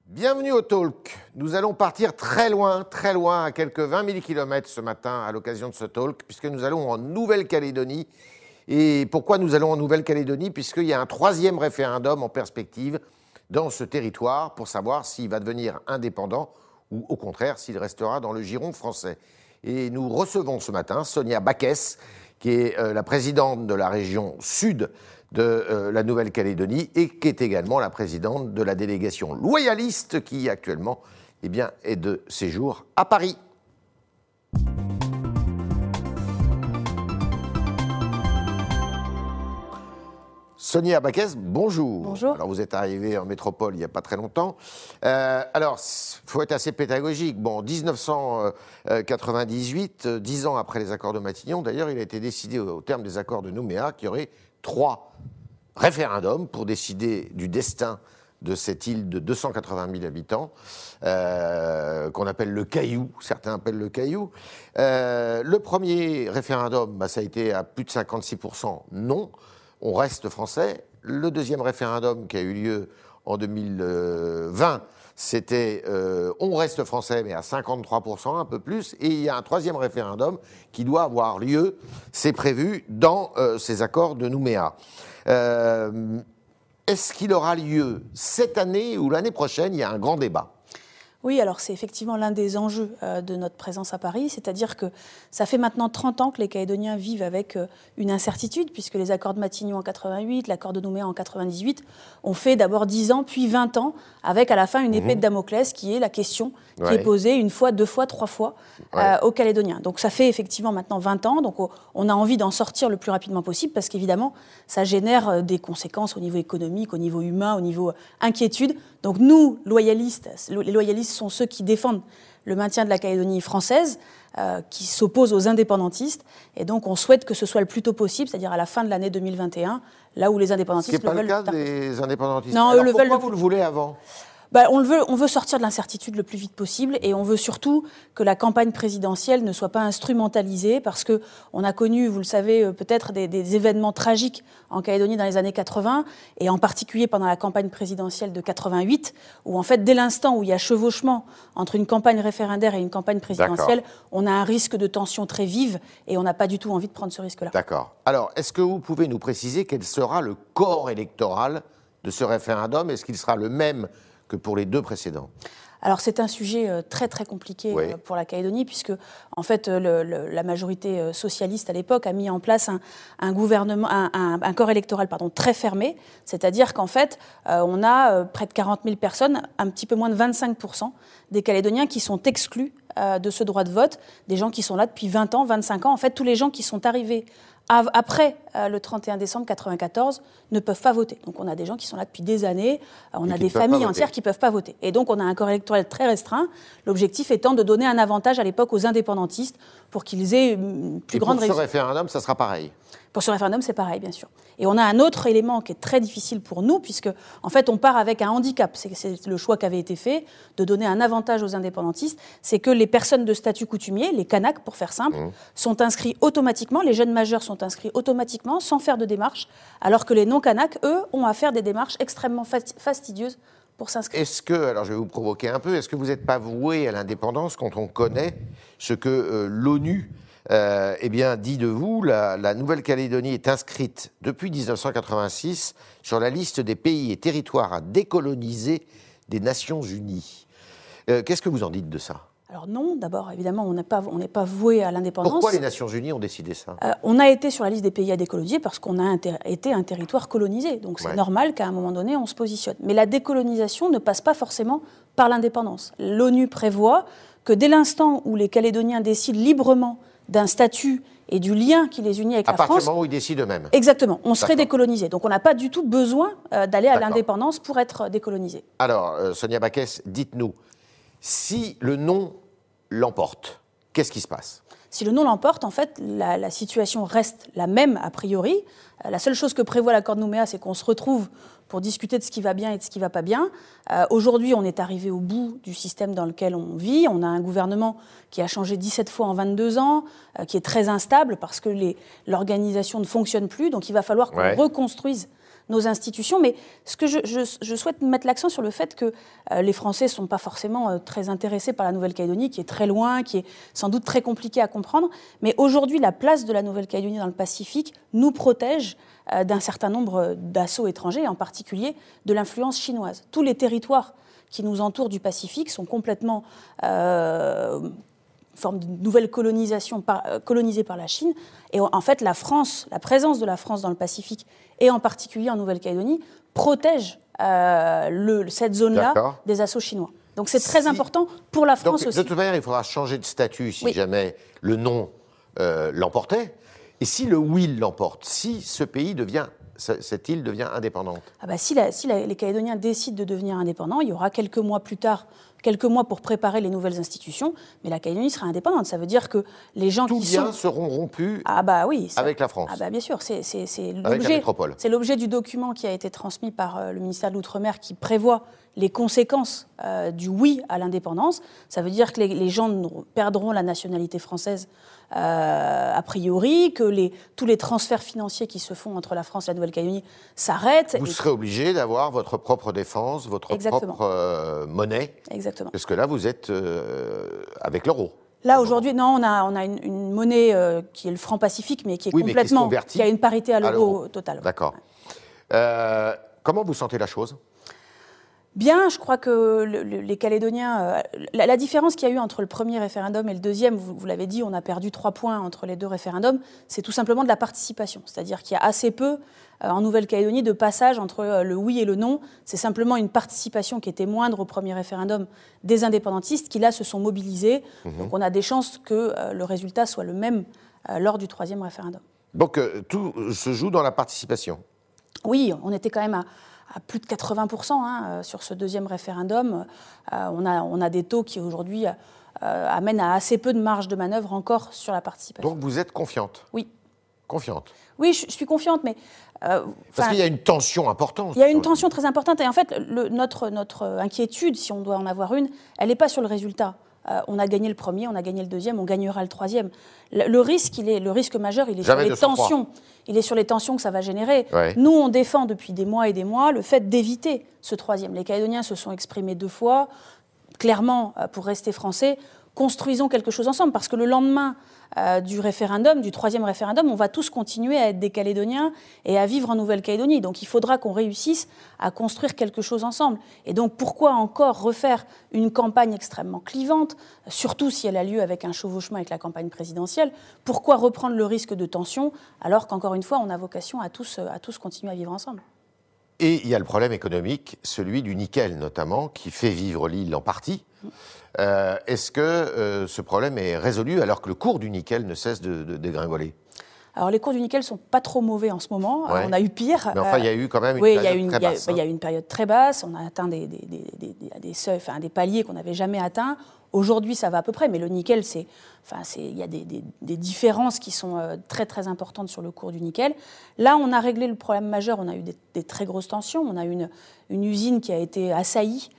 Bienvenue au Talk. Nous allons partir très loin, à quelques 20 000 km ce matin à l'occasion de ce Talk, puisque nous allons en Nouvelle-Calédonie. Et pourquoi nous allons en Nouvelle-Calédonie? Puisqu'il y a un troisième référendum en perspective dans ce territoire pour savoir s'il va devenir indépendant ou au contraire s'il restera dans le giron français. Et nous recevons ce matin Sonia Backès, qui est la présidente de la région sud de la Nouvelle-Calédonie et qui est également la présidente de la délégation loyaliste qui actuellement est de séjour à Paris. Sonia Backès, bonjour. Bonjour. Alors vous êtes arrivée en métropole il n'y a pas très longtemps. Alors, il faut être assez pédagogique. Bon, 1998, 10 ans après les accords de Matignon, d'ailleurs, il a été décidé au terme des accords de Nouméa qu'il y aurait 3 référendums pour décider du destin de cette île de 280 000 habitants, qu'on appelle le Caillou, certains appellent le Caillou. Le premier référendum, ça a été à plus de 56% non, on reste français. Le deuxième référendum qui a eu lieu en 2020, c'était on reste français, mais à 53%, un peu plus. Et il y a un troisième référendum qui doit avoir lieu, c'est prévu dans ces accords de Nouméa. Est-ce qu'il aura lieu cette année ou l'année prochaine? Il y a un grand débat. Oui, alors c'est effectivement l'un des enjeux de notre présence à Paris, c'est-à-dire que ça fait maintenant 30 ans que les Calédoniens vivent avec une incertitude, puisque les accords de Matignon en 88, l'accord de Nouméa en 98, ont fait d'abord 10 ans, puis 20 ans, avec à la fin une épée de Damoclès qui est la question qui est posée une fois, 2 fois, 3 fois aux Calédoniens. Donc ça fait effectivement maintenant 20 ans, donc on a envie d'en sortir le plus rapidement possible, parce qu'évidemment, ça génère des conséquences au niveau économique, au niveau humain, au niveau inquiétude. Donc nous, loyalistes, les loyalistes sont ceux qui défendent le maintien de la Calédonie française, qui s'opposent aux indépendantistes. Et donc, on souhaite que ce soit le plus tôt possible, c'est-à-dire à la fin de l'année 2021, là où les indépendantistes le veulent. Ce qui n'est pas le cas des indépendantistes. Non, alors, eux le veulent. Pourquoi vous le voulez avant ? On veut sortir de l'incertitude le plus vite possible et on veut surtout que la campagne présidentielle ne soit pas instrumentalisée parce qu'on a connu, vous le savez, peut-être des événements tragiques en Calédonie dans les années 80 et en particulier pendant la campagne présidentielle de 88 où en fait dès l'instant où il y a chevauchement entre une campagne référendaire et une campagne présidentielle, on a un risque de tension très vive et on n'a pas du tout envie de prendre ce risque-là. D'accord. Alors, est-ce que vous pouvez nous préciser quel sera le corps électoral de ce référendum? Est-ce qu'il sera le même que pour les 2 précédents? Alors c'est un sujet très très compliqué pour la Calédonie puisque en fait la majorité socialiste à l'époque a mis en place un gouvernement, un corps électoral très fermé, c'est-à-dire qu'en fait on a près de 40 000 personnes, un petit peu moins de 25% des Calédoniens qui sont exclus de ce droit de vote, des gens qui sont là depuis 20 ans, 25 ans, en fait tous les gens qui sont arrivés après le 31 décembre 1994, ne peuvent pas voter. Donc on a des gens qui sont là depuis des années, on a des familles entières qui ne peuvent pas voter. Et donc on a un corps électoral très restreint, l'objectif étant de donner un avantage à l'époque aux indépendantistes pour qu'ils aient une plus grande réussite. Pour ce référendum, ça sera pareil? Pour ce référendum, c'est pareil, bien sûr. Et on a un autre élément qui est très difficile pour nous, puisque, en fait, on part avec un handicap. C'est le choix qui avait été fait, de donner un avantage aux indépendantistes. C'est que les personnes de statut coutumier, les Kanaks, pour faire simple, sont inscrits automatiquement, les jeunes majeurs sont inscrits automatiquement, sans faire de démarche, alors que les non-Kanaks, eux, ont à faire des démarches extrêmement fastidieuses pour s'inscrire. Est-ce que, alors je vais vous provoquer un peu, est-ce que vous n'êtes pas voué à l'indépendance quand on connaît ce que l'ONU dit de vous? La Nouvelle-Calédonie est inscrite depuis 1986 sur la liste des pays et territoires à décoloniser des Nations Unies. Qu'est-ce que vous en dites de ça? Alors non, d'abord, évidemment, on n'est pas voué à l'indépendance. Pourquoi les Nations Unies ont décidé ça? On a été sur la liste des pays à décoloniser parce qu'on a été un territoire colonisé. Donc c'est normal qu'à un moment donné, on se positionne. Mais la décolonisation ne passe pas forcément par l'indépendance. L'ONU prévoit que dès l'instant où les Calédoniens décident librement d'un statut et du lien qui les unit avec la France... À partir du moment où ils décident eux-mêmes. Exactement, on serait décolonisé. Donc on n'a pas du tout besoin d'aller à l'indépendance pour être décolonisé. Alors, Sonia Backès, dites-nous, si le non l'emporte, qu'est-ce qui se passe? Si le non l'emporte, en fait, la situation reste la même a priori. La seule chose que prévoit l'accord de Nouméa, c'est qu'on se retrouve pour discuter de ce qui va bien et de ce qui ne va pas bien. Aujourd'hui, on est arrivé au bout du système dans lequel on vit. On a un gouvernement qui a changé 17 fois en 22 ans, qui est très instable parce que l'organisation ne fonctionne plus. Donc il va falloir qu'on reconstruise nos institutions. Mais ce que je souhaite mettre l'accent sur le fait que les Français ne sont pas forcément très intéressés par la Nouvelle-Calédonie, qui est très loin, qui est sans doute très compliqué à comprendre. Mais aujourd'hui, la place de la Nouvelle-Calédonie dans le Pacifique nous protège d'un certain nombre d'assauts étrangers, en particulier de l'influence chinoise. Tous les territoires qui nous entourent du Pacifique sont complètement forme de nouvelle colonisation colonisée par la Chine. Et en fait, la France, la présence de la France dans le Pacifique, et en particulier en Nouvelle-Calédonie, protège cette zone-là des assauts chinois. Donc c'est très important pour la France aussi. De toute manière, il faudra changer de statut si jamais le non l'emportait. Et si le oui l'emporte, si cette île devient indépendante. Si les Calédoniens décident de devenir indépendants, il y aura quelques mois pour préparer les nouvelles institutions, mais la Calédonie sera indépendante. Ça veut dire que les gens Tous liens seront rompus avec la France. Bien sûr, c'est avec la métropole. C'est l'objet du document qui a été transmis par le ministère de l'Outre-mer qui prévoit les conséquences du oui à l'indépendance. Ça veut dire que les gens perdront la nationalité française a priori, que tous les transferts financiers qui se font entre la France et la Nouvelle-Calédonie s'arrêtent. Vous serez obligé d'avoir votre propre défense, votre propre monnaie. Exactement. Parce que là, vous êtes avec l'euro. Là, aujourd'hui, non, on a une monnaie qui est le franc Pacifique, mais qui est complètement... qui a une parité à l'euro totale. D'accord. Comment vous sentez la chose ? Bien, je crois que les Calédoniens... la différence qu'il y a eu entre le premier référendum et le deuxième, vous l'avez dit, on a perdu 3 points entre les 2 référendums, c'est tout simplement de la participation. C'est-à-dire qu'il y a assez peu, en Nouvelle-Calédonie, de passage entre le oui et le non. C'est simplement une participation qui était moindre au premier référendum des indépendantistes qui, là, se sont mobilisés. Donc on a des chances que le résultat soit le même lors du 3e référendum. Donc tout se joue dans la participation ? Oui, on était quand même à plus de 80% sur ce 2e référendum. On a des taux qui aujourd'hui amènent à assez peu de marge de manœuvre encore sur la participation. Donc vous êtes confiante ? Oui. Confiante ? Oui, je suis confiante, mais... parce qu'il y a une tension importante. Il y a une tension très importante. Et en fait, notre inquiétude, si on doit en avoir une, elle n'est pas sur le résultat. On a gagné le premier, on a gagné le deuxième, on gagnera le troisième. Le risque majeur, il est sur les tensions. Il est sur les tensions que ça va générer. Ouais. Nous, on défend depuis des mois et des mois le fait d'éviter ce troisième. Les Calédoniens se sont exprimés 2 fois, clairement, pour rester français. Construisons quelque chose ensemble, parce que le lendemain du référendum, du 3e référendum, on va tous continuer à être des Calédoniens et à vivre en Nouvelle-Calédonie. Donc il faudra qu'on réussisse à construire quelque chose ensemble. Et donc pourquoi encore refaire une campagne extrêmement clivante, surtout si elle a lieu avec un chevauchement avec la campagne présidentielle? Pourquoi reprendre le risque de tension, alors qu'encore une fois, on a vocation à tous continuer à vivre ensemble? Et il y a le problème économique, celui du nickel notamment, qui fait vivre l'île en partie. Est-ce que ce problème est résolu alors que le cours du nickel ne cesse de dégringoler ? Alors les cours du nickel ne sont pas trop mauvais en ce moment. Ouais. On a eu pire. Mais enfin, il y a eu quand même une période très basse. Il y a eu une période très basse. On a atteint des seuils, des paliers qu'on n'avait jamais atteints. Aujourd'hui, ça va à peu près, mais le nickel, il y a des différences qui sont très, très importantes sur le cours du nickel. Là, on a réglé le problème majeur. On a eu des très grosses tensions. On a eu une usine qui a été assaillie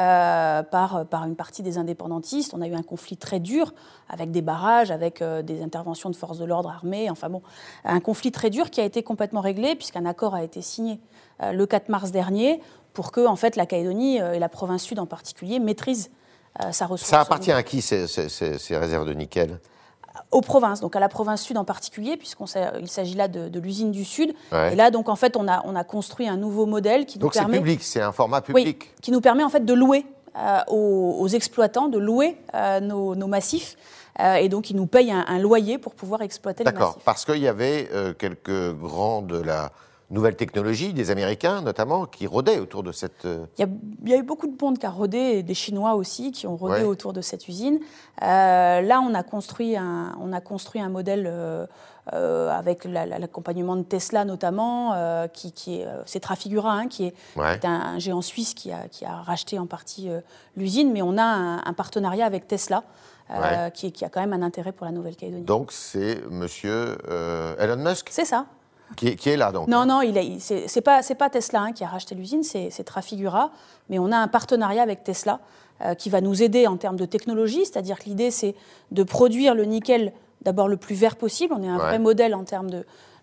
par une partie des indépendantistes. On a eu un conflit très dur avec des barrages, avec des interventions de forces de l'ordre armées. Enfin bon, un conflit très dur qui a été complètement réglé puisqu'un accord a été signé le 4 mars dernier pour que en fait, la Calédonie et la province sud en particulier maîtrisent sa ressource. Ça appartient à qui ces réserves de nickel ? Aux provinces, donc à la province sud en particulier, puisqu'il s'agit là de l'usine du Sud. Ouais. Et là, donc en fait, on a construit un nouveau modèle qui nous permet... Donc c'est public, c'est un format public. Oui, qui nous permet en fait de louer aux exploitants, de louer nos massifs. Et donc, ils nous payent un loyer pour pouvoir exploiter les massifs. D'accord, parce qu'il y avait quelques grands de la nouvelle technologie, des Américains notamment, qui rôdaient autour de cette... Il y a eu beaucoup de monde qui a rôdé, et des Chinois aussi, qui ont rôdé autour de cette usine. Là, on a construit un modèle avec l'accompagnement de Tesla notamment, c'est Trafigura, qui est un géant suisse qui a racheté en partie l'usine, mais on a un partenariat avec Tesla. Qui a quand même un intérêt pour la Nouvelle-Calédonie. Donc c'est monsieur Elon Musk ? C'est ça. Qui est là, donc ? Non, c'est pas Tesla qui a racheté l'usine, c'est Trafigura, mais on a un partenariat avec Tesla qui va nous aider en termes de technologie, c'est-à-dire que l'idée, c'est de produire le nickel d'abord le plus vert possible. On est un vrai modèle en termes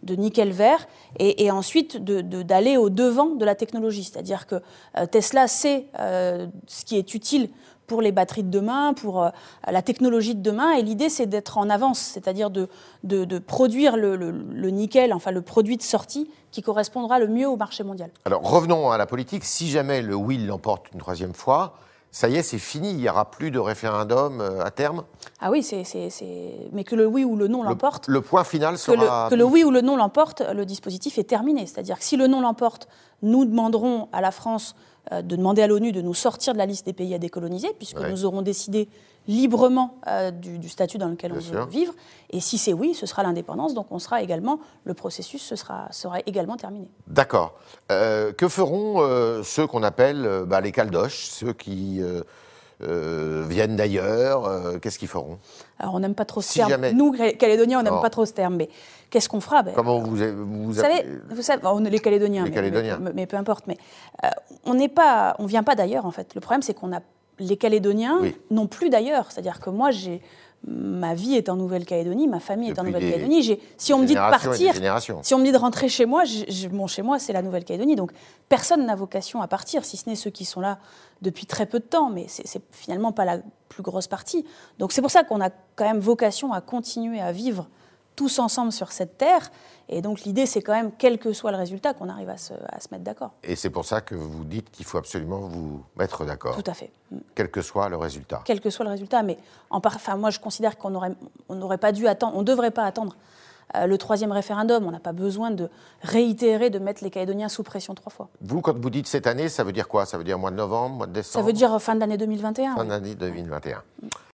de nickel vert, et ensuite d'aller au-devant de la technologie. C'est-à-dire que Tesla sait ce qui est utile pour les batteries de demain, pour la technologie de demain, et l'idée c'est d'être en avance, c'est-à-dire de produire le nickel, enfin le produit de sortie qui correspondra le mieux au marché mondial. Alors revenons à la politique. Si jamais le oui l'emporte une troisième fois, ça y est, c'est fini, il n'y aura plus de référendum à terme? Ah oui, mais que le oui ou le non l'emporte. Le point final sera... Que le oui ou le non l'emporte, le dispositif est terminé. C'est-à-dire que si le non l'emporte, nous demanderons à la France de demander à l'ONU de nous sortir de la liste des pays à décoloniser, puisque nous aurons décidé librement du statut dans lequel on veut vivre. Et si c'est oui, ce sera l'indépendance, donc le processus sera également terminé. D'accord. Que feront ceux qu'on appelle les caldoches, ceux qui viennent d'ailleurs? Qu'est-ce qu'ils feront? Alors on n'aime pas trop ce terme. Jamais... Nous, Calédoniens, on n'aime pas trop ce terme, mais qu'est-ce qu'on fera? Comment vous savez, on est les Calédoniens, mais peu importe. Mais on ne vient pas d'ailleurs, en fait. Le problème, c'est les Calédoniens n'ont plus d'ailleurs. C'est-à-dire que moi, ma vie est en Nouvelle-Calédonie, ma famille est en Nouvelle-Calédonie. Si on me dit de partir, si on me dit de rentrer chez moi, mon chez moi, c'est la Nouvelle-Calédonie. Donc personne n'a vocation à partir, si ce n'est ceux qui sont là depuis très peu de temps, mais c'est finalement pas la plus grosse partie. Donc c'est pour ça qu'on a quand même vocation à continuer à vivre tous ensemble sur cette terre. Et donc l'idée, c'est quand même, quel que soit le résultat, qu'on arrive à se mettre d'accord. Et c'est pour ça que vous dites qu'il faut absolument vous mettre d'accord. Tout à fait. Quel que soit le résultat. Quel que soit le résultat. Mais moi, je considère qu'on n'aurait pas dû attendre, on ne devrait pas attendre le troisième référendum. On n'a pas besoin de réitérer, de mettre les Calédoniens sous pression 3 fois. Vous, quand vous dites cette année, ça veut dire quoi? Ça veut dire mois de novembre, mois de décembre? Ça veut dire fin de l'année 2021. Fin de l'année 2021.